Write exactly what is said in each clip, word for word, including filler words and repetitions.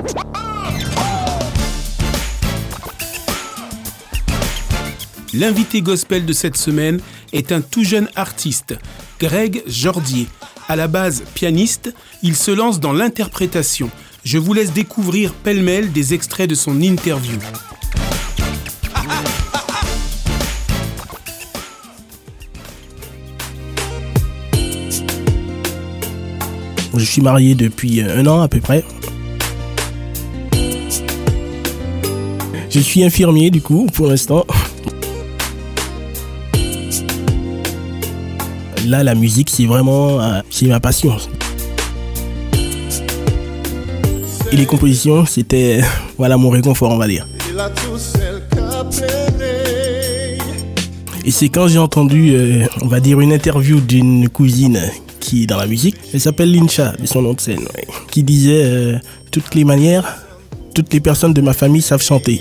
L'invité gospel de cette semaine est un tout jeune artiste, Greg Jordier. À la base pianiste, il se lance dans l'interprétation. Je vous laisse découvrir pêle-mêle des extraits de son interview. Je suis marié depuis un an à peu près. Je suis infirmier du coup pour l'instant. Là, la musique, c'est vraiment euh, c'est ma passion. Et les compositions, c'était euh, voilà mon réconfort, on va dire. Et c'est quand j'ai entendu, euh, on va dire, une interview d'une cousine qui est dans la musique. Elle s'appelle Lincha, de son nom de scène, ouais, qui disait euh, toutes les manières, toutes les personnes de ma famille savent chanter.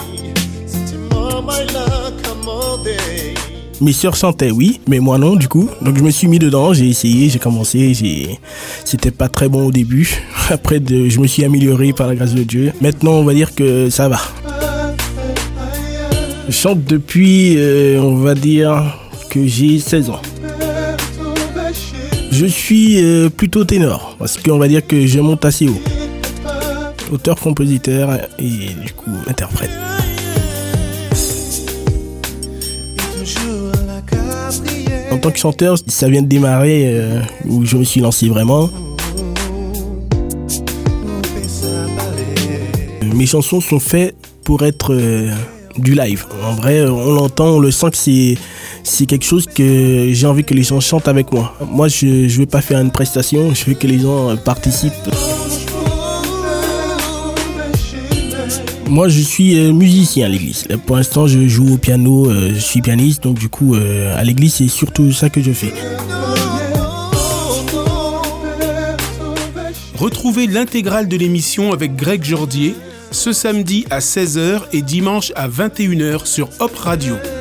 Mes sœurs chantaient, oui, mais moi non, du coup. Donc je me suis mis dedans, j'ai essayé, j'ai commencé, j'ai... C'était pas très bon au début. Après, de... je me suis amélioré par la grâce de Dieu. Maintenant, on va dire que ça va. Je chante depuis, euh, on va dire, que j'ai seize ans. Je suis euh, plutôt ténor, parce qu'on va dire que je monte assez haut. Auteur, compositeur et du coup, interprète. En tant que chanteur, ça vient de démarrer euh, où je me suis lancé vraiment. Mes chansons sont faites pour être euh, du live. En vrai, on l'entend, on le sent que c'est, c'est quelque chose que j'ai envie que les gens chantent avec moi. Moi, je ne veux pas faire une prestation, je veux que les gens participent. Moi, je suis musicien à l'église. Pour l'instant, je joue au piano, euh, je suis pianiste, donc du coup, euh, à l'église, c'est surtout ça que je fais. Retrouvez l'intégrale de l'émission avec Greg Jordier ce samedi à seize heures et dimanche à vingt et une heures sur Hop Radio.